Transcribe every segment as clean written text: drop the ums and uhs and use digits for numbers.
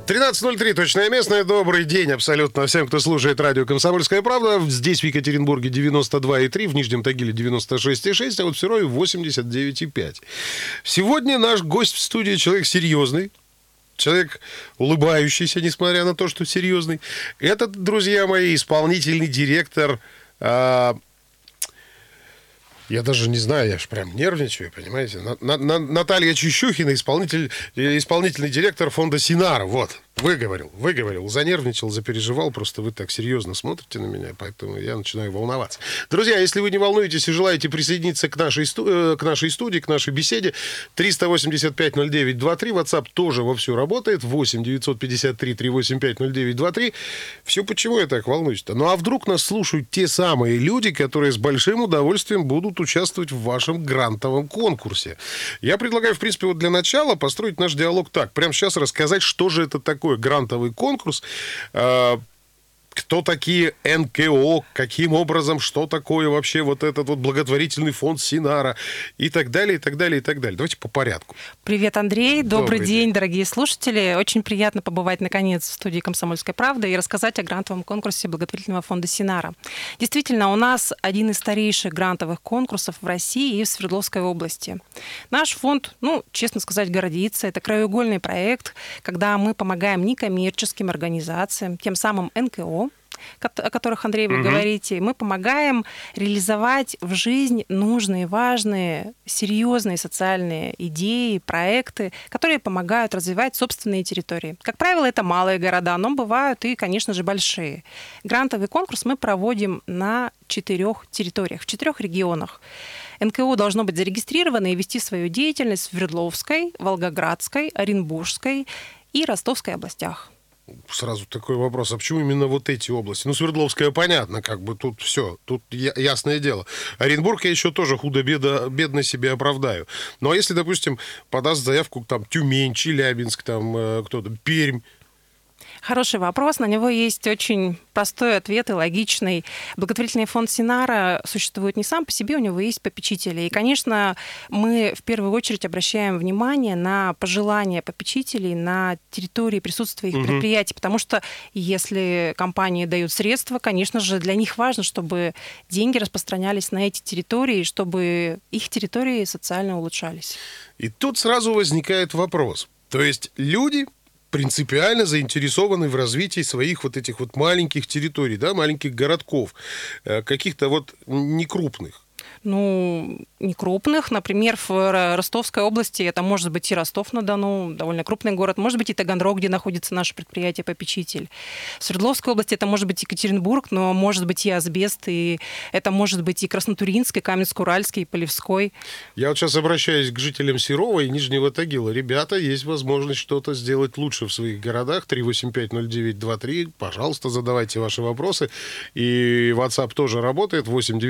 13:03, точное местное. Добрый день абсолютно всем, кто слушает радио «Комсомольская правда». Здесь в Екатеринбурге 92,3, в Нижнем Тагиле 96,6, а вот в Серове 89,5. Сегодня наш гость в студии человек серьезный. Человек, улыбающийся, несмотря на то, что серьезный. Это, друзья мои, исполнительный директор... Я даже не знаю, я же прям нервничаю, понимаете. Наталья Чищухина, исполнительный директор фонда Синара. Вот, выговорил, занервничал, запереживал. Просто вы так серьезно смотрите на меня, поэтому я начинаю волноваться. Друзья, если вы не волнуетесь и желаете присоединиться к нашей студии, к нашей беседе, 385-09-23, WhatsApp тоже вовсю работает, 8-953-385-09-23. Все почему я так волнуюсь-то? Ну а вдруг нас слушают те самые люди, которые с большим удовольствием будут участвовать в вашем грантовом конкурсе. Я предлагаю, в принципе, вот для начала построить наш диалог так. Прямо сейчас рассказать, что же это такое грантовый конкурс, кто такие НКО, каким образом, что такое вообще вот этот вот благотворительный фонд Синара и так далее, и так далее, и так далее. Давайте по порядку. Привет, Андрей. Добрый день, дорогие слушатели. Очень приятно побывать, наконец, в студии «Комсомольской правды» и рассказать о грантовом конкурсе благотворительного фонда Синара. Действительно, у нас один из старейших грантовых конкурсов в России и в Свердловской области. Наш фонд, честно сказать, гордится. Это краеугольный проект, когда мы помогаем некоммерческим организациям, тем самым НКО, о которых, Андрей, вы говорите, мы помогаем реализовать в жизнь нужные, важные, серьезные социальные идеи, проекты, которые помогают развивать собственные территории. Как правило, это малые города, но бывают и, конечно же, большие. Грантовый конкурс мы проводим на 4 территориях, в 4 регионах. НКО должно быть зарегистрировано и вести свою деятельность в Свердловской, Волгоградской, Оренбургской и Ростовской областях. Сразу такой вопрос, а почему именно вот эти области? Свердловская, понятно, тут все, тут ясное дело. Оренбург я еще тоже худо-бедно себе оправдаю. Ну, а если, допустим, подаст заявку Тюмень, Челябинск, кто-то, Пермь? Хороший вопрос, на него есть очень простой ответ и логичный. Благотворительный фонд Синара существует не сам по себе, у него есть попечители. И, конечно, мы в первую очередь обращаем внимание на пожелания попечителей на территории присутствия их предприятий, потому что если компании дают средства, конечно же, для них важно, чтобы деньги распространялись на эти территории, чтобы их территории социально улучшались. И тут сразу возникает вопрос. То есть люди принципиально заинтересованы в развитии своих вот этих вот маленьких территорий, да, маленьких городков, каких-то некрупных. Не крупных. Например, в Ростовской области это может быть и Ростов-на-Дону, довольно крупный город, может быть и Таганрог, где находится наше предприятие-попечитель. В Свердловской области это может быть Екатеринбург, но может быть и Асбест, и это может быть и Краснотурьинск, и Каменск-Уральский, и Полевской. Я вот сейчас обращаюсь к жителям Серова и Нижнего Тагила. Ребята, есть возможность что-то сделать лучше в своих городах. 3850923. Пожалуйста, задавайте ваши вопросы. И WhatsApp тоже работает.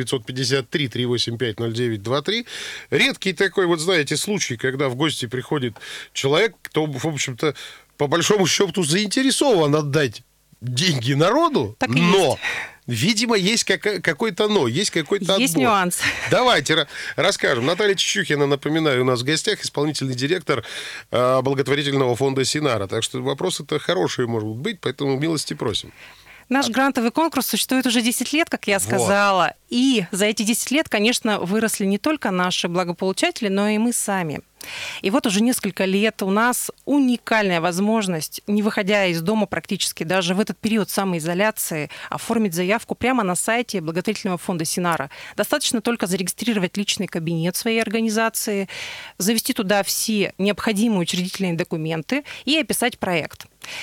8-953-385-0923. Редкий такой, знаете, случай, когда в гости приходит человек, кто, в общем-то, по большому счету заинтересован отдать деньги народу, так но, видимо, есть какой-то есть какой-то отбор. Есть нюанс. Давайте расскажем. Наталья Чищухина, напоминаю, у нас в гостях исполнительный директор благотворительного фонда Синара. Так что вопросы-то хорошие могут быть, поэтому милости просим. Наш грантовый конкурс существует уже 10 лет, как я сказала. И за эти 10 лет, конечно, выросли не только наши благополучатели, но и мы сами. И вот уже несколько лет у нас уникальная возможность, не выходя из дома практически, даже в этот период самоизоляции, оформить заявку прямо на сайте благотворительного фонда Синара. Достаточно только зарегистрировать личный кабинет своей организации, завести туда все необходимые учредительные документы и описать проект.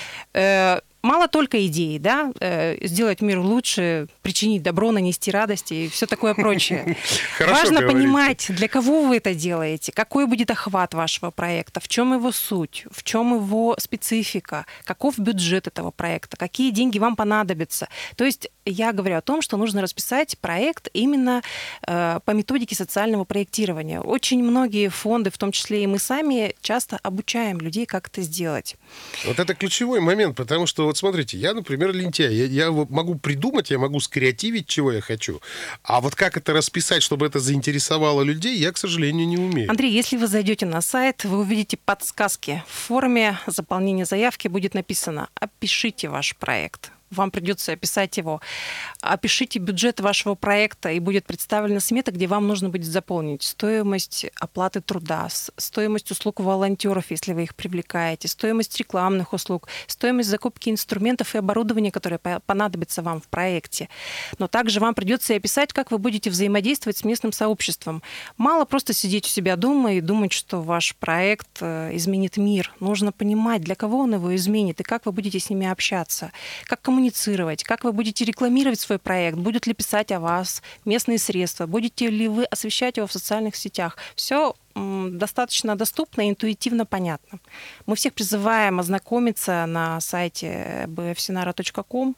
Мало только идеи, да, сделать мир лучше, причинить добро, нанести радость и все такое прочее. Важно понимать, для кого вы это делаете, какой будет охват вашего проекта, в чем его суть, в чем его специфика, каков бюджет этого проекта, какие деньги вам понадобятся. То есть я говорю о том, что нужно расписать проект именно по методике социального проектирования. Очень многие фонды, в том числе и мы сами, часто обучаем людей, как это сделать. Вот это ключевой момент, потому что, вот смотрите, я, например, лентяй. Я могу придумать, я могу скреативить, чего я хочу. А вот как это расписать, чтобы это заинтересовало людей, я, к сожалению, не умею. Андрей, если вы зайдете на сайт, вы увидите подсказки. В форме заполнения заявки будет написано «Опишите ваш проект». Вам придется описать его. Опишите бюджет вашего проекта, и будет представлена смета, где вам нужно будет заполнить стоимость оплаты труда, стоимость услуг волонтеров, если вы их привлекаете, стоимость рекламных услуг, стоимость закупки инструментов и оборудования, которые понадобятся вам в проекте. Но также вам придется и описать, как вы будете взаимодействовать с местным сообществом. Мало просто сидеть у себя дома и думать, что ваш проект изменит мир. Нужно понимать, для кого он его изменит и как вы будете с ними общаться, как коммуницировать, как вы будете рекламировать свой проект, будут ли писать о вас местные средства, будете ли вы освещать его в социальных сетях. Все достаточно доступно и интуитивно понятно. Мы всех призываем ознакомиться на сайте bfsinara.com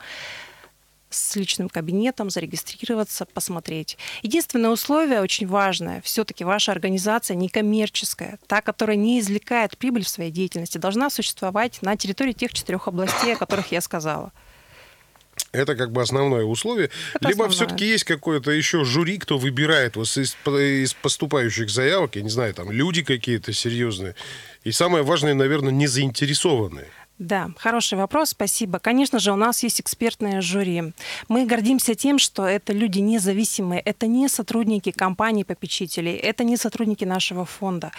с личным кабинетом, зарегистрироваться, посмотреть. Единственное условие, очень важное, все-таки ваша организация некоммерческая, та, которая не извлекает прибыль в своей деятельности, должна существовать на территории тех 4 областей, о которых я сказала. Это как бы основное условие. Это Либо основное. все-таки есть какое-то еще жюри, кто выбирает вот из поступающих заявок, я не знаю, там люди какие-то серьезные. И самое важное, наверное, не заинтересованные. Да, хороший вопрос, спасибо. Конечно же, у нас есть экспертное жюри. Мы гордимся тем, что это люди независимые, это не сотрудники компаний-попечителей, это не сотрудники нашего фонда.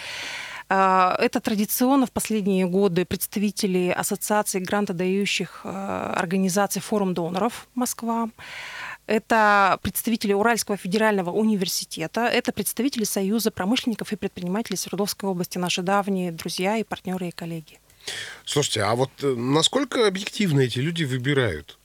Это традиционно в последние годы представители ассоциации грантодающих организаций «Форум доноров Москва». Это представители Уральского федерального университета, это представители Союза промышленников и предпринимателей Свердловской области, наши давние друзья и партнеры и коллеги. Слушайте, а вот насколько объективно эти люди выбирают?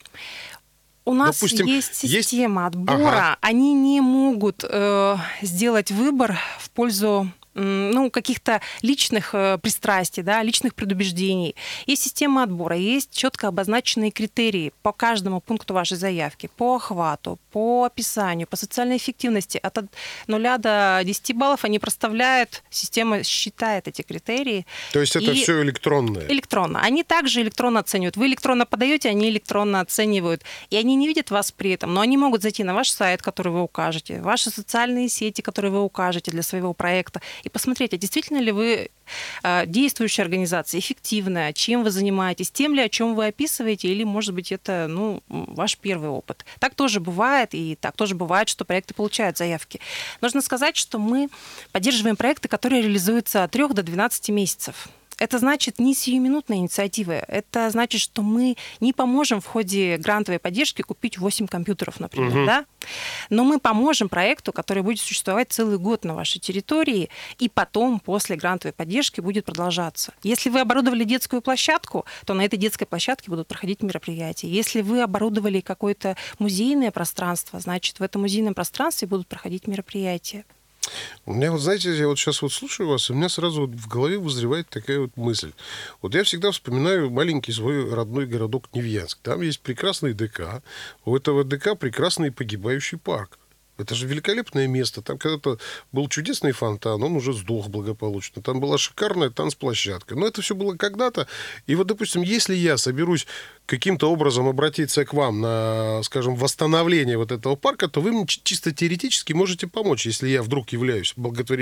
У нас Допустим, есть система отбора. Ага. Они не могут сделать выбор в пользу каких-то личных пристрастий, да, личных предубеждений. Есть система отбора, есть четко обозначенные критерии по каждому пункту вашей заявки, по охвату, по описанию, по социальной эффективности. От 0 до 10 баллов они проставляют, система считает эти критерии. То есть это все электронное? Электронно. Они также электронно оценивают. Вы электронно подаете, они электронно оценивают. И они не видят вас при этом, но они могут зайти на ваш сайт, который вы укажете, ваши социальные сети, которые вы укажете для своего проекта, и посмотреть, а действительно ли вы действующая организация, эффективная, чем вы занимаетесь, тем ли, о чем вы описываете, или, может быть, это ваш первый опыт. Так тоже бывает, и так тоже бывает, что проекты получают заявки. Нужно сказать, что мы поддерживаем проекты, которые реализуются от 3 до 12 месяцев. Это значит не сиюминутные инициативы. Это значит, что мы не поможем в ходе грантовой поддержки купить 8 компьютеров, например, да? Но мы поможем проекту, который будет существовать целый год на вашей территории, и потом, после грантовой поддержки, будет продолжаться. Если вы оборудовали детскую площадку, то на этой детской площадке будут проходить мероприятия. Если вы оборудовали какое-то музейное пространство, значит, в этом музейном пространстве будут проходить мероприятия. У меня, вот знаете, я вот сейчас вот слушаю вас, и у меня сразу вот в голове вызревает такая вот мысль. Вот я всегда вспоминаю маленький свой родной городок Невьянск. Там есть прекрасный ДК. У этого ДК прекрасный погибающий парк. Это же великолепное место. Там когда-то был чудесный фонтан, он уже сдох благополучно. Там была шикарная танцплощадка. Но это все было когда-то. И вот, допустим, если я соберусь каким-то образом обратиться к вам на, скажем, восстановление вот этого парка, то вы мне чисто теоретически можете помочь, если я вдруг являюсь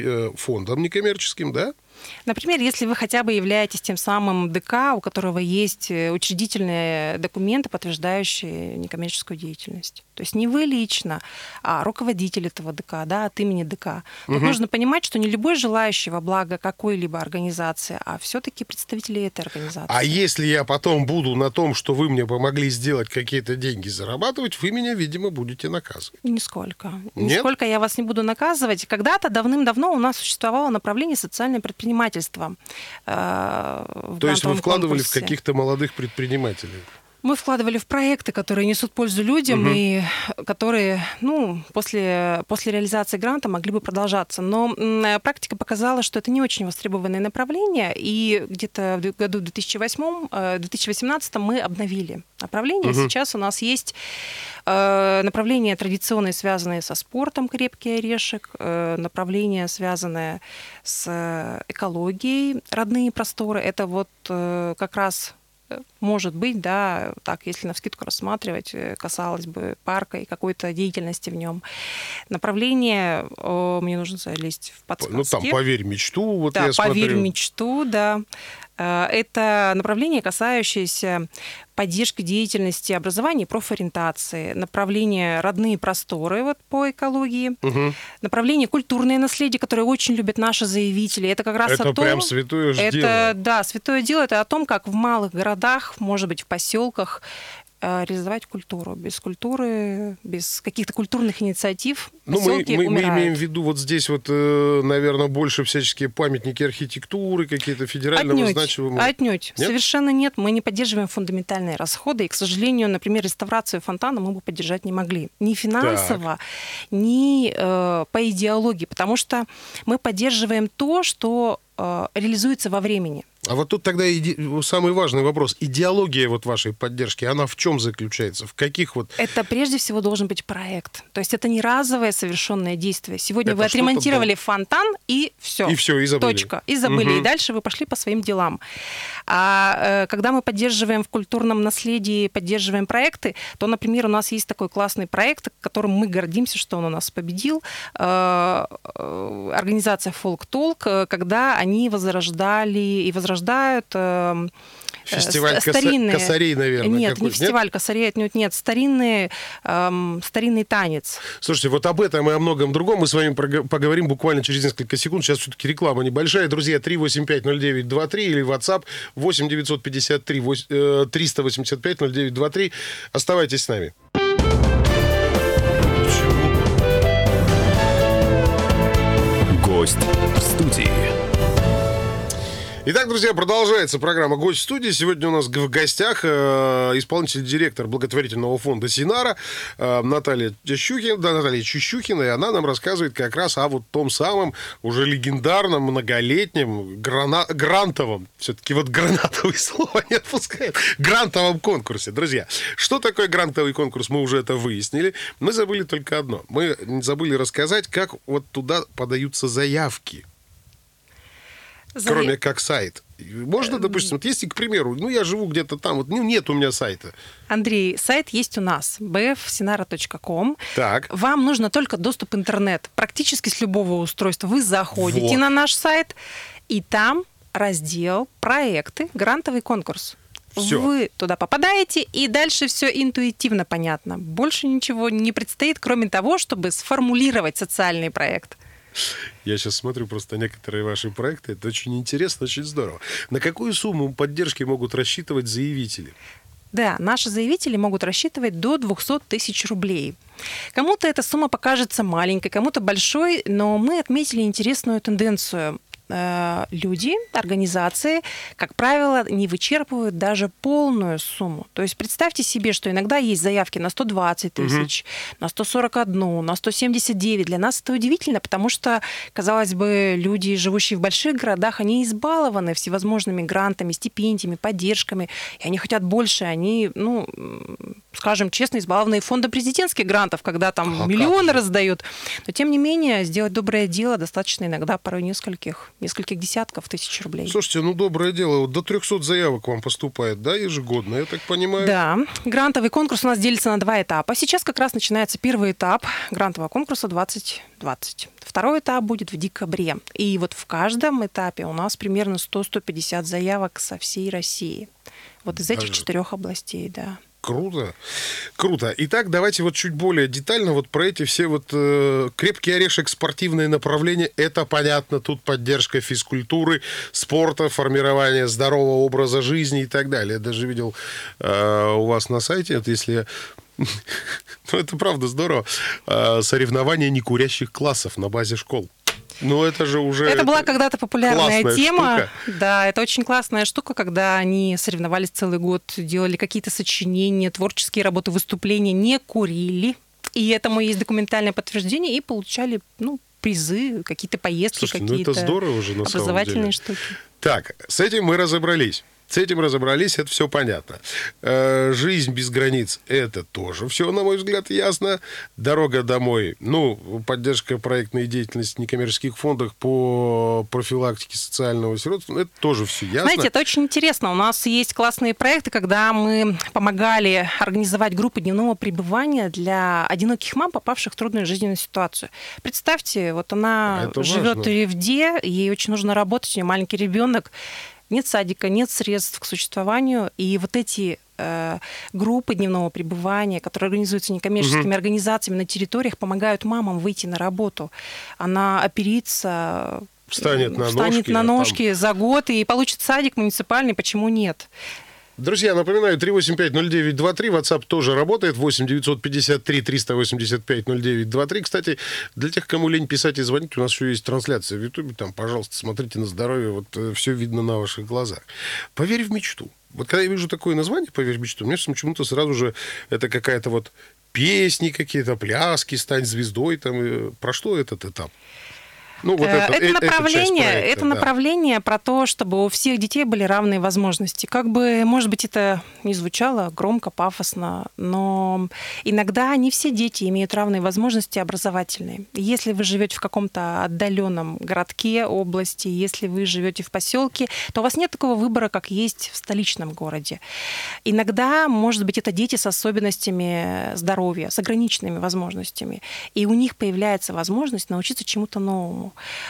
фондом некоммерческим, да? Например, если вы хотя бы являетесь тем самым ДК, у которого есть учредительные документы, подтверждающие некоммерческую деятельность. То есть не вы лично, а руководитель этого ДК, да, от имени ДК. Тут нужно понимать, что не любой желающий во благо какой-либо организации, а все-таки представители этой организации. А если я потом буду на том, что вы мне помогли сделать какие-то деньги зарабатывать, вы меня, видимо, будете наказывать. Нисколько. Нет? Нисколько я вас не буду наказывать. Когда-то давным-давно у нас существовало направление социальное предпринимательство. То есть вы вкладывали в каких-то молодых предпринимателей? Мы вкладывали в проекты, которые несут пользу людям и которые, после реализации гранта могли бы продолжаться. Но практика показала, что это не очень востребованное направление, и где-то в году 2018 мы обновили направление. Сейчас у нас есть направления традиционные, связанные со спортом, крепкий орешек, направления, связанные с экологией, родные просторы. Это вот как раз может быть, да, так, если навскидку рассматривать, касалось бы парка и какой-то деятельности в нем. Направление, мне нужно залезть в подсказки. Ну, там «Поверь мечту», вот да, я смотрю. «Поверь мечту», да. Это направление, касающееся поддержки деятельности образования и профориентации, направление «Родные просторы» вот, по экологии, направление «Культурное наследие», которое очень любят наши заявители. Это как раз это о том... прям святое же дело. Это, да, святое дело. Это о том, как в малых городах, может быть, в поселках реализовать культуру. Без культуры, без каких-то культурных инициатив поселки мы умирают. имеем в виду вот здесь вот, наверное, больше всяческие памятники архитектуры, какие-то федерального значимого. Отнюдь. Нет? Совершенно нет. Мы не поддерживаем фундаментальные расходы. И, к сожалению, например, реставрацию фонтана мы бы поддержать не могли. Ни финансово, ни по идеологии. Потому что мы поддерживаем то, что реализуется во времени. А вот тут тогда самый важный вопрос. Идеология вот вашей поддержки, она в чем заключается? В каких вот... Это прежде всего должен быть проект. То есть это не разовое совершенное действие. Сегодня это вы отремонтировали фонтан, и все. И все, и забыли. Точка. И забыли. И дальше вы пошли по своим делам. А когда мы поддерживаем в культурном наследии, поддерживаем проекты, то, например, у нас есть такой классный проект, которым мы гордимся, что он у нас победил. Организация Folk Talk, когда они возрождали и возрождают фестиваль старинные... косарей, наверное. Нет, не фестиваль косарей, отнюдь нет. Старинный танец. Слушайте, вот об этом и о многом другом мы с вами поговорим буквально через несколько секунд. Сейчас все-таки реклама небольшая. Друзья, 3850923 или WhatsApp 8-953-385-0923. Оставайтесь с нами. Гость в студии. Итак, друзья, продолжается программа «Гость в студии». Сегодня у нас в гостях исполнительный директор благотворительного фонда «Синара» Наталья Чищухина. И она нам рассказывает как раз о вот том самом уже легендарном, многолетнем, грантовом, все-таки вот гранатовое слово не отпускает, грантовом конкурсе. Друзья, что такое грантовый конкурс, мы уже это выяснили. Мы забыли только одно. Мы забыли рассказать, как вот туда подаются заявки. Кроме как сайт. Можно, допустим, вот если, к примеру, я живу где-то там, вот нет у меня сайта. Андрей, сайт есть у нас, bfsinara.com. Так. Вам нужно только доступ в интернет. Практически с любого устройства. Вы заходите на наш сайт, и там раздел «Проекты. Грантовый конкурс». Всё. Вы туда попадаете, и дальше все интуитивно понятно. Больше ничего не предстоит, кроме того, чтобы сформулировать социальный проект. Я сейчас смотрю просто некоторые ваши проекты. Это очень интересно, очень здорово. На какую сумму поддержки могут рассчитывать заявители? Да, наши заявители могут рассчитывать до 200 тысяч рублей. Кому-то эта сумма покажется маленькой, кому-то большой, но мы отметили интересную тенденцию. Люди, организации, как правило, не вычерпывают даже полную сумму. То есть представьте себе, что иногда есть заявки на 120 тысяч, на 141, на 179. Для нас это удивительно, потому что, казалось бы, люди, живущие в больших городах, они избалованы всевозможными грантами, стипендиями, поддержками, и они хотят больше. Они, скажем честно, избалованы фондом президентских грантов, когда там миллионы раздают. Но, тем не менее, сделать доброе дело достаточно иногда порой нескольких десятков тысяч рублей. Слушайте, доброе дело. Вот до 300 заявок вам поступает, да, ежегодно, я так понимаю? Да. Грантовый конкурс у нас делится на 2 этапа. Сейчас как раз начинается первый этап грантового конкурса 2020. Второй этап будет в декабре. И вот в каждом этапе у нас примерно 100-150 заявок со всей России. Вот из этих 4 областей, да. Круто, круто. Итак, давайте вот чуть более детально вот про эти все вот крепкий орешек, спортивные направления. Это понятно, тут поддержка физкультуры, спорта, формирование здорового образа жизни и так далее. Я даже видел у вас на сайте, вот если... это правда здорово, соревнования некурящих классов на базе школ. Ну, это же уже... Это была когда-то популярная тема. Штука. Да, это очень классная штука, когда они соревновались целый год, делали какие-то сочинения, творческие работы, выступления, не курили. И этому есть документальное подтверждение, и получали, призы, какие-то поездки, Слушайте, какие-то это здорово же, на самом образовательные деле. штуки. Так, с этим мы разобрались. Это все понятно. Жизнь без границ, это тоже все, на мой взгляд, ясно. Дорога домой, поддержка проектной деятельности некоммерческих фондов по профилактике социального сиротства, это тоже все ясно. Знаете, это очень интересно. У нас есть классные проекты, когда мы помогали организовать группы дневного пребывания для одиноких мам, попавших в трудную жизненную ситуацию. Представьте, вот она живет в Ревде, ей очень нужно работать, у нее маленький ребенок, нет садика, нет средств к существованию. И вот эти группы дневного пребывания, которые организуются некоммерческими организациями на территориях, помогают мамам выйти на работу. Она оперится, встанет на ножки за год и получит садик муниципальный. Почему нет? Друзья, напоминаю, 3850923, WhatsApp тоже работает, 8-953-385-0923. Кстати, для тех, кому лень писать и звонить, у нас еще есть трансляция в Ютубе, там, пожалуйста, смотрите на здоровье, вот все видно на ваших глазах. «Поверь в мечту». Вот когда я вижу такое название «Поверь в мечту», мне почему-то сразу же это какая-то вот песни какие-то, пляски, «Стань звездой», там, про что этот этап? Это направление про то, чтобы у всех детей были равные возможности. Как бы, может быть, это не звучало громко, пафосно, но иногда не все дети имеют равные возможности образовательные. Если вы живете в каком-то отдаленном городке, области, если вы живете в поселке, то у вас нет такого выбора, как есть в столичном городе. Иногда, может быть, это дети с особенностями здоровья, с ограниченными возможностями, и у них появляется возможность научиться чему-то новому.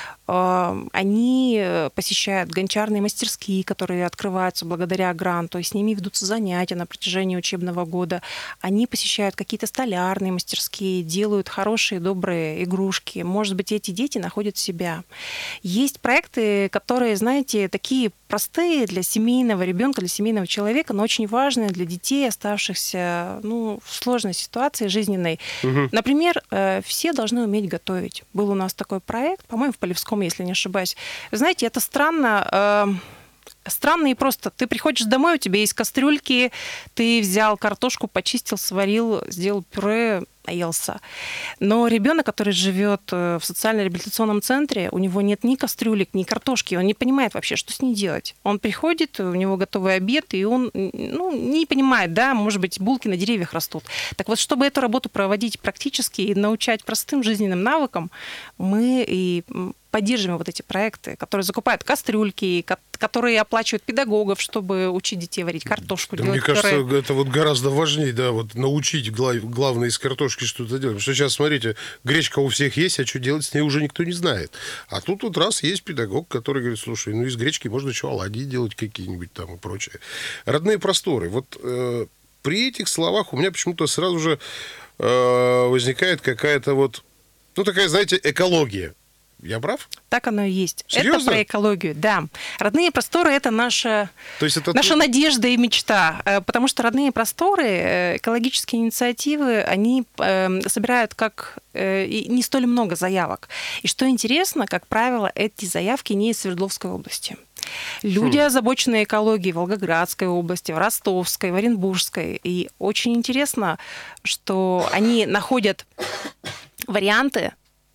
Они посещают гончарные мастерские, которые открываются благодаря гранту, и с ними ведутся занятия на протяжении учебного года. Они посещают какие-то столярные мастерские, делают хорошие, добрые игрушки. Может быть, эти дети находят себя. Есть проекты, которые, знаете, такие простые для семейного ребенка, для семейного человека, но очень важные для детей, оставшихся в сложной ситуации жизненной. Угу. Например, все должны уметь готовить. Был у нас такой проект, по-моему, в Полевском, если не ошибаюсь. Вы знаете, это странно и просто. Ты приходишь домой, у тебя есть кастрюльки, ты взял картошку, почистил, сварил, сделал пюре, наелся. Но ребенок, который живет в социально-реабилитационном центре, у него нет ни кастрюлек, ни картошки, он не понимает вообще, что с ней делать. Он приходит, у него готовый обед, и он не понимает, да, может быть, булки на деревьях растут. Так вот, чтобы эту работу проводить практически и научать простым жизненным навыкам, мы и поддерживаем вот эти проекты, которые закупают кастрюльки, которые оплачивают педагогов, чтобы учить детей варить картошку. Да, мне кажется, это вот гораздо важнее, да, вот научить главное из картошки что-то делать. Потому что сейчас, смотрите, гречка у всех есть, а что делать с ней уже никто не знает. А тут вот раз есть педагог, который говорит, слушай, из гречки можно еще оладьи делать какие-нибудь там и прочее. Родные просторы. Вот при этих словах у меня почему-то сразу же возникает какая-то вот, такая, знаете, экология. Я прав? Так оно и есть. Серьезно? Это про экологию, да. Родные просторы – это наша надежда и мечта. Потому что родные просторы, экологические инициативы, они собирают не столь много заявок. И что интересно, как правило, эти заявки не из Свердловской области. Люди, озабоченные экологией в Волгоградской области, в Ростовской, в Оренбургской. И очень интересно, что они находят варианты,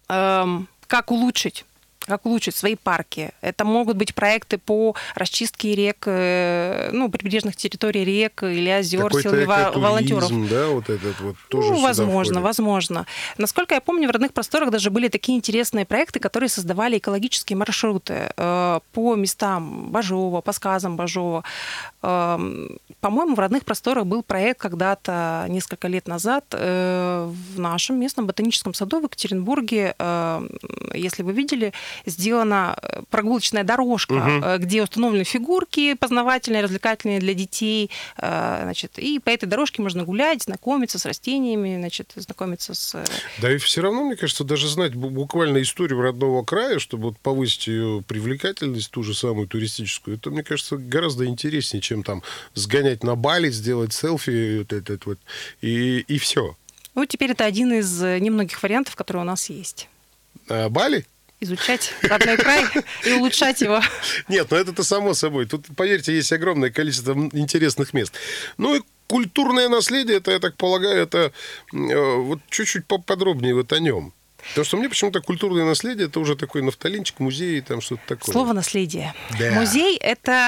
как улучшить свои парки. Это могут быть проекты по расчистке рек, прибрежных территорий рек или озер, силами волонтеров. Да, вот этот вот тоже возможно. Насколько я помню, в родных просторах даже были такие интересные проекты, которые создавали экологические маршруты по местам Бажова, по сказам Бажова. По-моему, в родных просторах был проект когда-то, несколько лет назад, в нашем местном ботаническом саду в Екатеринбурге, если вы видели, сделана прогулочная дорожка, где установлены фигурки познавательные, развлекательные для детей. И по этой дорожке можно гулять, знакомиться с растениями, знакомиться с... Да и все равно, мне кажется, даже знать буквально историю родного края, чтобы вот повысить ее привлекательность, ту же самую туристическую, это, мне кажется, гораздо интереснее, чем там сгонять на Бали, сделать селфи, и все. Теперь это один из немногих вариантов, которые у нас есть. Бали? изучать родной край и улучшать его. Нет, ну это-то само собой. Тут, поверьте, есть огромное количество интересных мест. Ну и культурное наследие, это, я так полагаю, это вот чуть-чуть поподробнее вот о нем. Потому что мне почему-то культурное наследие это уже такой нафталинчик, музей, там что-то такое. Слово «наследие». Да. Музей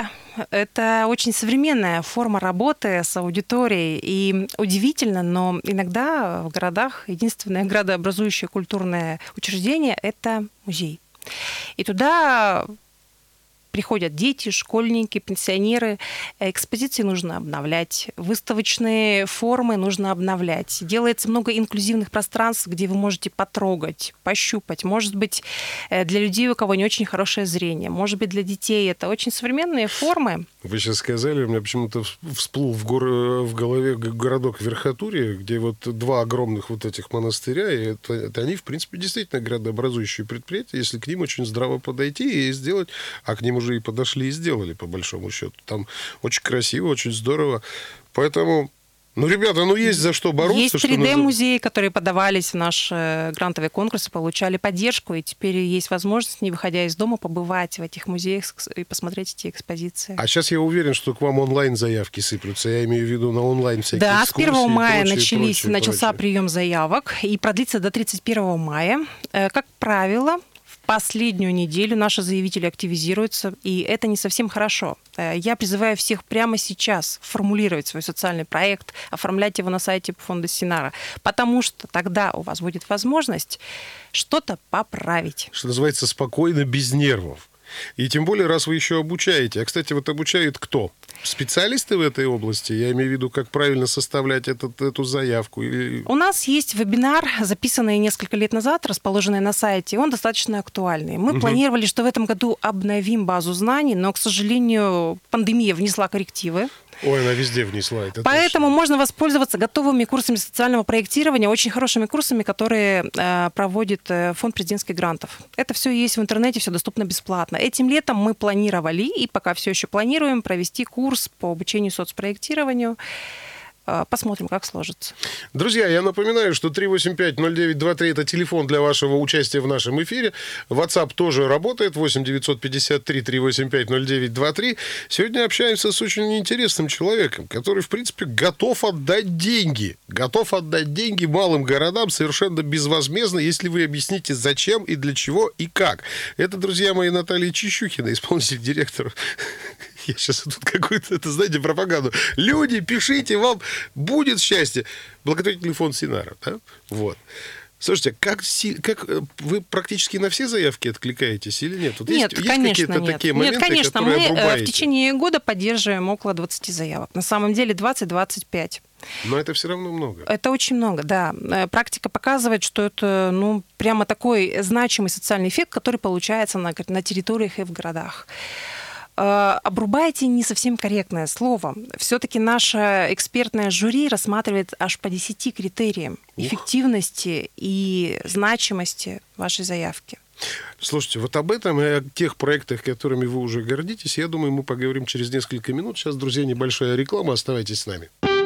это очень современная форма работы с аудиторией. И удивительно, но иногда в городах единственное градообразующее культурное учреждение – это музей. И туда приходят дети, школьники, пенсионеры. Экспозиции нужно обновлять, выставочные формы нужно обновлять. Делается много инклюзивных пространств, где вы можете потрогать, пощупать. Может быть, для людей, у кого не очень хорошее зрение. Может быть, для детей. Это очень современные формы. Вы сейчас сказали, у меня почему-то всплыл в голове городок Верхотурье, где вот два огромных вот этих монастыря, и это они, в принципе, действительно градообразующие предприятия, если к ним очень здраво подойти и сделать, а к ним уже и подошли и сделали, по большому счету. Там очень красиво, очень здорово. Поэтому, ну, ребята, ну, есть за что бороться. Есть 3D-музеи, которые подавались в наш грантовый конкурс и получали поддержку, и теперь есть возможность, не выходя из дома, побывать в этих музеях и посмотреть эти экспозиции. А сейчас я уверен, что к вам онлайн-заявки сыплются. Я имею в виду на онлайн всякие экскурсии. Да, с 1 мая прочее. начался прием заявок, и продлится до 31 мая. Как правило, последнюю неделю наши заявители активизируются, и это не совсем хорошо. Я призываю всех прямо сейчас формулировать свой социальный проект, оформлять его на сайте фонда Синара, потому что тогда у вас будет возможность что-то поправить. Что называется, спокойно, без нервов. И тем более, раз вы еще обучаете. А, кстати, вот обучают кто? Специалисты в этой области? Я имею в виду, как правильно составлять эту заявку? У нас есть вебинар, записанный несколько лет назад, расположенный на сайте. Он достаточно актуальный. Мы планировали, что в этом году обновим базу знаний, но, к сожалению, пандемия внесла коррективы. Ой, она везде внесла. Это Поэтому точно. можно воспользоваться готовыми курсами социального проектирования, очень хорошими курсами, которые проводит Фонд президентских грантов. Это все есть в интернете, все доступно бесплатно. Этим летом мы планировали и пока все еще планируем провести курс по обучению соцпроектированию. Посмотрим, как сложится. Друзья, я напоминаю, что 385-0923 это телефон для вашего участия в нашем эфире. WhatsApp тоже работает. 8-953-385-0923. Сегодня общаемся с очень интересным человеком, который, в принципе, готов отдать деньги. Готов отдать деньги малым городам совершенно безвозмездно, если вы объясните, зачем и для чего и как. Это, друзья мои, Наталья Чищухина, исполнительный директор. Я сейчас тут какую-то, это, знаете, пропаганду. Люди, пишите, вам будет счастье. Благотворительный фонд Синара, да? Вот. Слушайте, как вы практически на все заявки откликаетесь или нет? Тут нет, есть конечно, какие-то нет. такие моменты, нет, конечно, которые мы обрубаете? в течение года поддерживаем около 20 заявок. На самом деле 20-25. Но это все равно много. Это очень много, да. Практика показывает, что это, прямо такой значимый социальный эффект, который получается на территориях и в городах. Обрубайте не совсем корректное слово. Все-таки наше экспертное жюри рассматривает аж по 10 критериям эффективности и значимости вашей заявки. Слушайте, вот об этом и о тех проектах, которыми вы уже гордитесь, я думаю, мы поговорим через несколько минут. Сейчас, друзья, небольшая реклама. Оставайтесь с нами.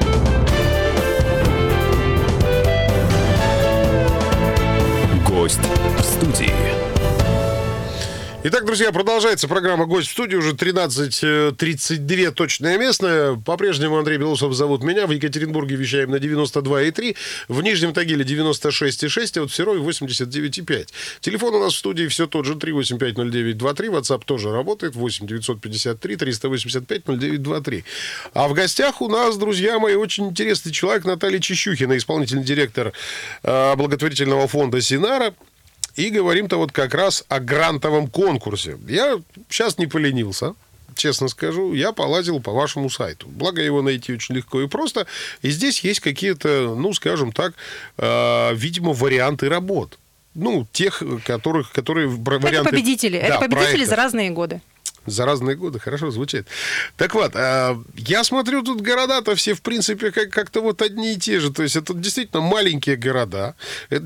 Гость в студии. Итак, друзья, продолжается программа «Гость в студии». Уже 13:32 точное местное. По-прежнему Андрей Белоусов зовут меня. В Екатеринбурге вещаем на 92,3. В Нижнем Тагиле 96,6. А вот в Серове 89,5. Телефон у нас в студии все тот же 3850923. WhatsApp тоже работает. 8-953-385-0923. А в гостях у нас, друзья мои, очень интересный человек Наталья Чищухина, исполнительный директор благотворительного фонда «Синара». И говорим-то вот как раз о грантовом конкурсе. Я сейчас не поленился, честно скажу. Я полазил по вашему сайту. Благо его найти очень легко и просто. И здесь есть какие-то, скажем так, видимо, варианты работ. Тех, которые варианты... Это победители. Да, это победители проектов. За разные годы. За разные годы, хорошо звучит. Так вот, я смотрю, тут города-то все, в принципе, как-то вот одни и те же. То есть это действительно маленькие города.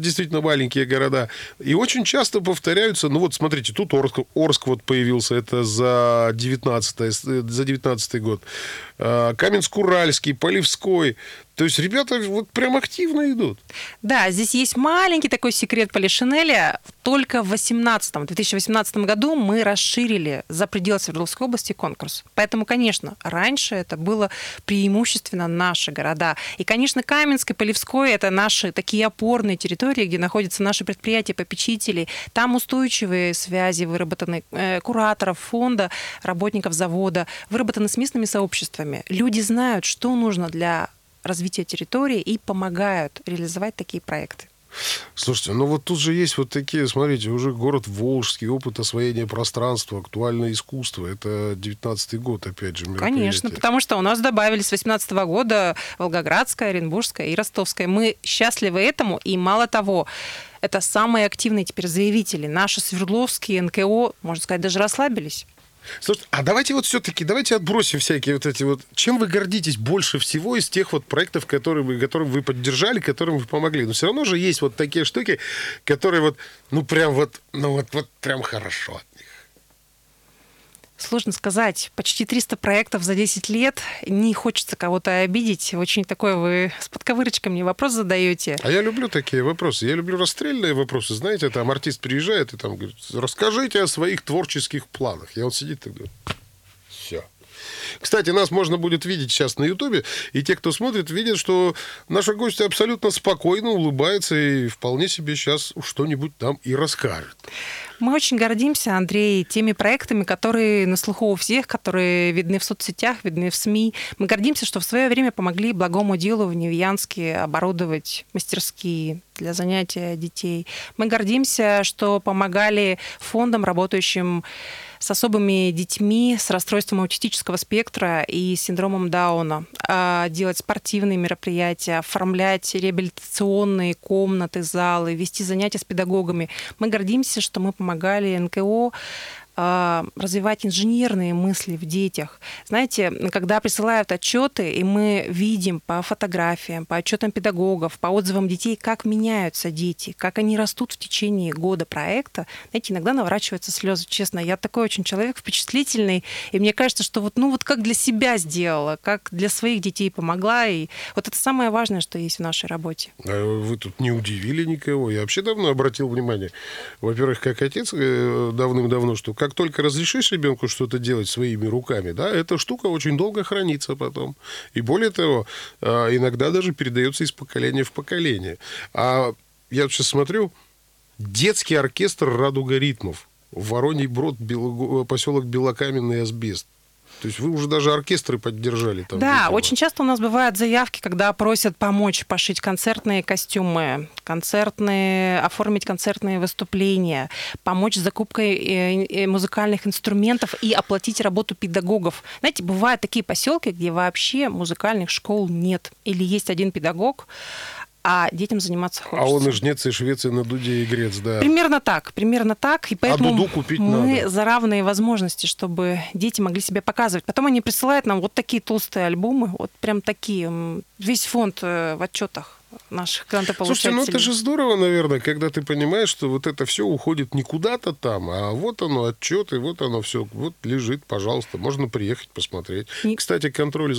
И очень часто повторяются, смотрите, тут Орск вот появился, это за 19-й год. Каменск-Уральский, Полевской. То есть ребята вот прям активно идут. Да, здесь есть маленький такой секрет Полишинеля. Только в 2018 году мы расширили за пределы Свердловской области конкурс. Поэтому, конечно, раньше это было преимущественно наши города. И, конечно, Каменск и Полевской – это наши такие опорные территории, где находятся наши предприятия, попечители. Там устойчивые связи выработаны кураторов фонда, работников завода, выработаны с местными сообществами. Люди знают, что нужно для развития территории и помогают реализовать такие проекты. Слушайте, ну вот тут же есть вот такие, смотрите, уже город Волжский, опыт освоения пространства, актуальное искусство. Это 19-й год, опять же, мероприятие. Конечно, потому что у нас добавились с 2018 года Волгоградская, Оренбургская и Ростовская. Мы счастливы этому, и мало того, это самые активные теперь заявители. Наши Свердловские, НКО, можно сказать, даже расслабились. Слушайте, а давайте вот все-таки, давайте отбросим всякие вот эти вот... Чем вы гордитесь больше всего из тех вот проектов, которые вы поддержали, которым вы помогли? Но все равно же есть вот такие штуки, которые вот, ну прям прям хорошо от них. Сложно сказать. Почти 300 проектов за 10 лет. Не хочется кого-то обидеть. Очень такой вы с подковырочкой мне вопрос задаете. А я люблю такие вопросы. Я люблю расстрельные вопросы. Знаете, там артист приезжает и там говорит, расскажите о своих творческих планах. Я вот сидит и говорю, все. Кстати, нас можно будет видеть сейчас на Ютубе, и те, кто смотрит, видят, что наша гостья абсолютно спокойно улыбается и вполне себе сейчас что-нибудь нам и расскажет. Мы очень гордимся, Андрей, теми проектами, которые на слуху у всех, которые видны в соцсетях, видны в СМИ. Мы гордимся, что в свое время помогли благому делу в Невьянске оборудовать мастерские для занятия детей. Мы гордимся, что помогали фондам, работающим с особыми детьми с расстройством аутистического спектра и синдромом Дауна, делать спортивные мероприятия, оформлять реабилитационные комнаты, залы, вести занятия с педагогами. Мы гордимся, что мы помогали НКО развивать инженерные мысли в детях. Знаете, когда присылают отчеты, и мы видим по фотографиям, по отчетам педагогов, по отзывам детей, как меняются дети, как они растут в течение года проекта, знаете, иногда наворачиваются слезы. Честно, я такой очень человек впечатлительный, и мне кажется, что вот как для себя сделала, как для своих детей помогла, и вот это самое важное, что есть в нашей работе. А вы тут не удивили никого. Я вообще давно обратил внимание, во-первых, как отец давным-давно, что как только разрешишь ребенку что-то делать своими руками, да, эта штука очень долго хранится потом. И более того, иногда даже передается из поколения в поколение. А я вот сейчас смотрю, детский оркестр «Радуга ритмов», Вороний Брод, поселок Белокаменный, Асбест. То есть вы уже даже оркестры поддержали там. Да, видимо. очень часто у нас бывают заявки, когда просят помочь пошить концертные костюмы, оформить концертные выступления, помочь с закупкой музыкальных инструментов и оплатить работу педагогов. Знаете, бывают такие поселки, где вообще музыкальных школ нет. Или есть один педагог, а детям заниматься хочется. А он и жнец, и швец, и на дуде игрец, да. Примерно так. И поэтому дуду купить мы надо. за равные возможности, чтобы дети могли себя показывать. Потом они присылают нам вот такие толстые альбомы, вот прям такие. Весь фонд в отчетах наших грантополучателей. Слушайте, это же здорово, наверное, когда ты понимаешь, что вот это все уходит не куда-то там, а вот оно, отчеты, вот оно все, вот лежит, пожалуйста, можно приехать посмотреть. Кстати, контроль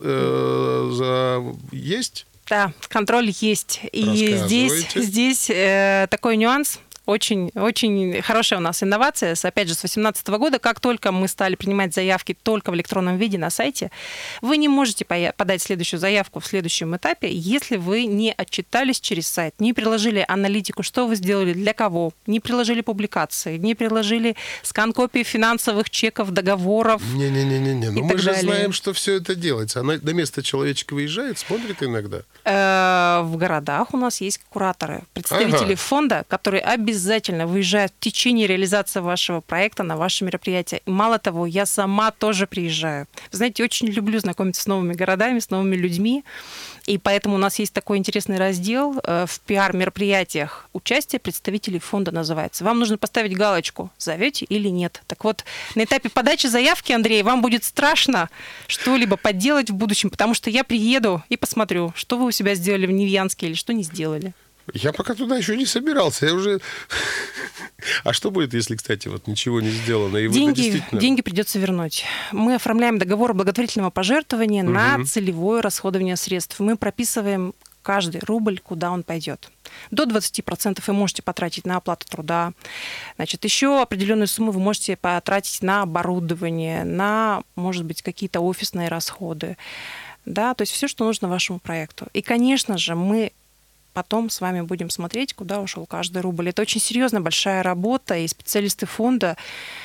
за есть? Да, контроль есть. И здесь такой нюанс. Очень хорошая у нас инновация. Опять же, с 2018 года, как только мы стали принимать заявки только в электронном виде на сайте, вы не можете подать следующую заявку в следующем этапе, если вы не отчитались через сайт, не приложили аналитику, что вы сделали, для кого, не приложили публикации, не приложили скан-копии финансовых чеков, договоров. Не-не-не, но мы же знаем, что все это делается. Она на место человечек выезжает, смотрит иногда. В городах у нас есть кураторы, представители фонда, которые обязательно выезжают в течение реализации вашего проекта на ваше мероприятие. И мало того, я сама тоже приезжаю. Вы знаете, очень люблю знакомиться с новыми городами, с новыми людьми. И поэтому у нас есть такой интересный раздел в пиар-мероприятиях. Участие представителей фонда называется. Вам нужно поставить галочку, зовете или нет. Так вот, на этапе подачи заявки, Андрей, вам будет страшно что-либо подделать в будущем, потому что я приеду и посмотрю, что вы у себя сделали в Невьянске или что не сделали. Я пока туда еще не собирался. Я уже... А что будет, если, кстати, вот ничего не сделано? И Деньги придется вернуть. Мы оформляем договор благотворительного пожертвования на целевое расходование средств. Мы прописываем каждый рубль, куда он пойдет. До 20% вы можете потратить на оплату труда. Значит, еще определенную сумму вы можете потратить на оборудование, на, может быть, какие-то офисные расходы. Да, то есть все, что нужно вашему проекту. И, конечно же, мы потом с вами будем смотреть, куда ушел каждый рубль. Это очень серьезная, большая работа, и специалисты фонда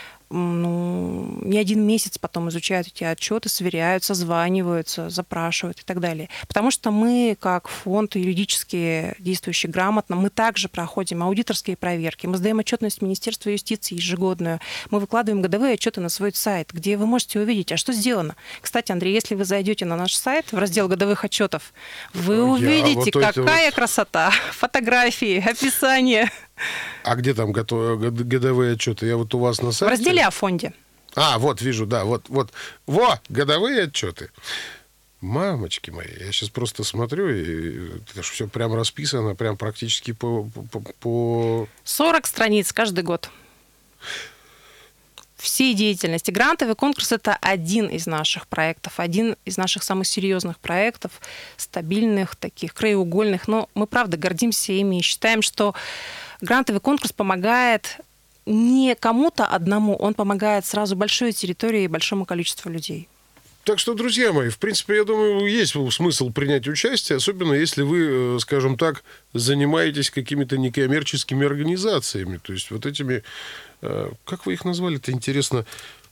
не один месяц потом изучают эти отчеты, сверяют, созваниваются, запрашивают и так далее. Потому что мы, как фонд юридически действующий грамотно, мы также проходим аудиторские проверки, мы сдаем отчетность Министерству юстиции ежегодную, мы выкладываем годовые отчеты на свой сайт, где вы можете увидеть, а что сделано. Кстати, Андрей, если вы зайдете на наш сайт в раздел годовых отчетов, вы увидите, какая красота, фотографии, описание. А где там годовые отчеты? Я вот у вас на сайте. В разделе о фонде. Вот вижу, да, вот. Годовые отчеты. Мамочки мои, я сейчас просто смотрю, и это все прям расписано, прям практически по... 40 страниц каждый год. Всей деятельности. Грантовый конкурс – это один из наших проектов, один из наших самых серьезных проектов, стабильных, таких краеугольных. Но мы, правда, гордимся ими и считаем, что грантовый конкурс помогает не кому-то одному, он помогает сразу большой территории и большому количеству людей. Так что, друзья мои, в принципе, я думаю, есть смысл принять участие, особенно если вы, скажем так, занимаетесь какими-то некоммерческими организациями, то есть вот этими, как вы их назвали, это интересно,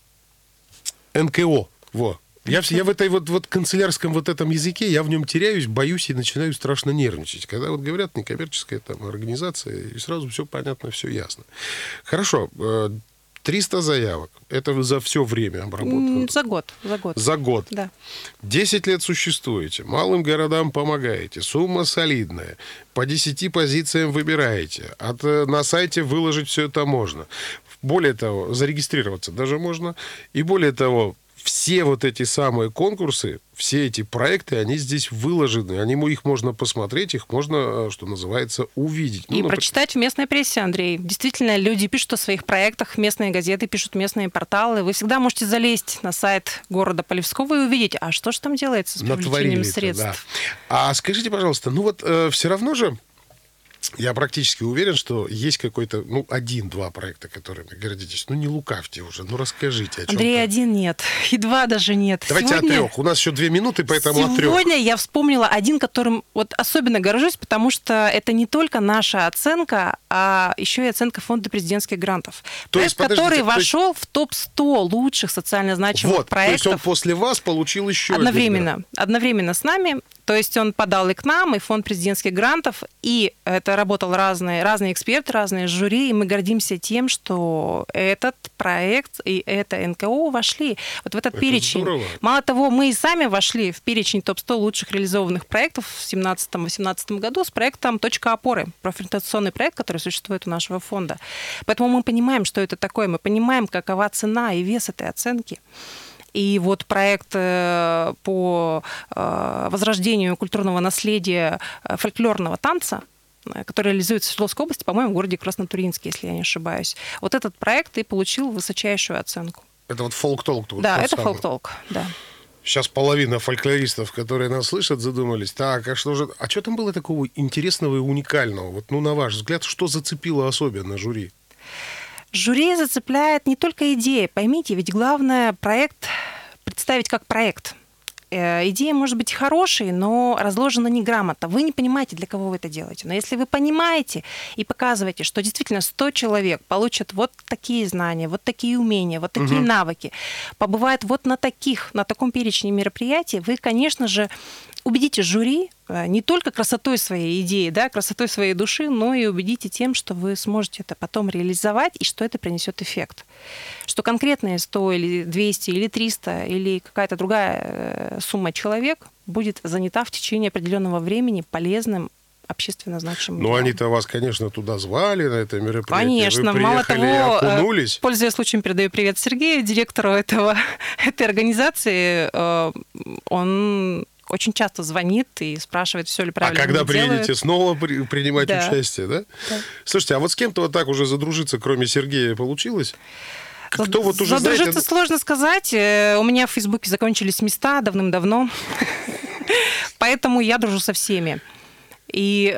НКО, Я в этой вот канцелярском вот этом языке, я в нем теряюсь, боюсь и начинаю страшно нервничать. Когда вот говорят некоммерческая там организация, и сразу все понятно, все ясно. Хорошо, 300 заявок. Это за все время обработано? За год. За год? Да. 10 лет существуете, малым городам помогаете, сумма солидная, по 10 позициям выбираете, на сайте выложить все это можно. Более того, зарегистрироваться даже можно. И более того, все вот эти самые конкурсы, все эти проекты, они здесь выложены. Их можно посмотреть, их можно, что называется, увидеть. И прочитать в местной прессе, Андрей. Действительно, люди пишут о своих проектах, местные газеты пишут, местные порталы. Вы всегда можете залезть на сайт города Полевского и увидеть, а что же там делается с привлечением средств. Да. А скажите, пожалуйста, все равно же, я практически уверен, что есть какой-то, 1-2 проекта, которыми гордитесь. Не лукавьте уже, расскажите о чем-то. Андрей, 1 нет, и 2 даже нет. Давайте о 3. У нас еще 2 минуты, поэтому о 3. Сегодня я вспомнила один, которым особенно горжусь, потому что это не только наша оценка, а еще и оценка фонда президентских грантов. Проект, который вошел в топ-100 лучших социально значимых проектов. То есть он после вас получил еще одновременно с нами. То есть он подал и к нам, и фонд президентских грантов, и это работал разные эксперты, разные жюри, и мы гордимся тем, что этот проект и это НКО вошли в этот перечень. Здорово. Мало того, мы и сами вошли в перечень топ-100 лучших реализованных проектов в 2017-2018 году с проектом «Точка опоры», профориентационный проект, который существует у нашего фонда. Поэтому мы понимаем, что это такое, мы понимаем, какова цена и вес этой оценки. И проект по возрождению культурного наследия фольклорного танца, который реализуется в Свердловской области, по-моему, в городе Краснотурьинске, если я не ошибаюсь. Этот проект и получил высочайшую оценку. Это фолк-толк? Да, это фолк-толк, да. Сейчас половина фольклористов, которые нас слышат, задумались. Так, а что там было такого интересного и уникального? На ваш взгляд, что зацепило особенно жюри? Жюри зацепляет не только идея. Поймите, ведь главное проект представить как проект. Идея может быть хорошей, но разложена неграмотно. Вы не понимаете, для кого вы это делаете. Но если вы понимаете и показываете, что действительно 100 человек получат вот такие знания, вот такие умения, вот такие навыки, побывают на таком перечне мероприятий, вы, конечно же, убедите жюри не только красотой своей идеи, красотой своей души, но и убедите тем, что вы сможете это потом реализовать и что это принесет эффект. Что конкретные 100 или 200 или 300 или какая-то другая сумма человек будет занята в течение определенного времени полезным, общественно значимым. Ну, они-то вас, конечно, туда звали, на это мероприятие. Конечно, вы приехали, мало того, окунулись. Пользуясь случаем, передаю привет Сергею, директору этой организации. Он очень часто звонит и спрашивает, все ли правильно. А когда делают. приедете снова принимать участие, да? Слушайте, а вот с кем-то вот так уже задружиться, кроме Сергея, получилось? Кто вот уже, задружиться знаете... сложно сказать. У меня в Фейсбуке закончились места давным-давно. Поэтому я дружу со всеми. И...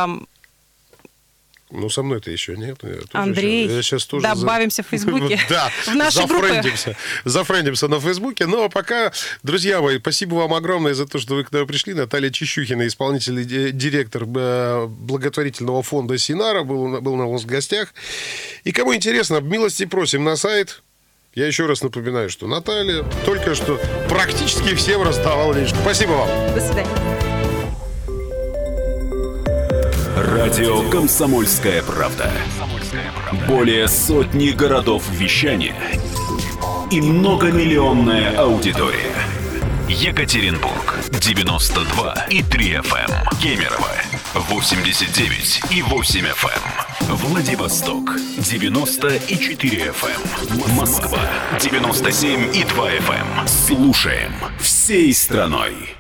Ну, со мной-то еще нет. Андрей, я сейчас тоже добавимся в Фейсбуке. Да, в нашей группе. Зафрендимся на Фейсбуке. Ну, а пока, друзья мои, спасибо вам огромное за то, что вы к нам пришли. Наталья Чищухина, исполнительный директор благотворительного фонда «Синара», был у нас в гостях. И кому интересно, милости просим на сайт. Я еще раз напоминаю, что Наталья только что практически всем раздавала денежку. Спасибо вам. До свидания. Радио «Комсомольская правда». Более сотни городов вещания и многомиллионная аудитория. Екатеринбург 92,3 FM. Кемерово 89,8 FM. Владивосток 90,4 FM. Москва 97,2 FM. Слушаем всей страной.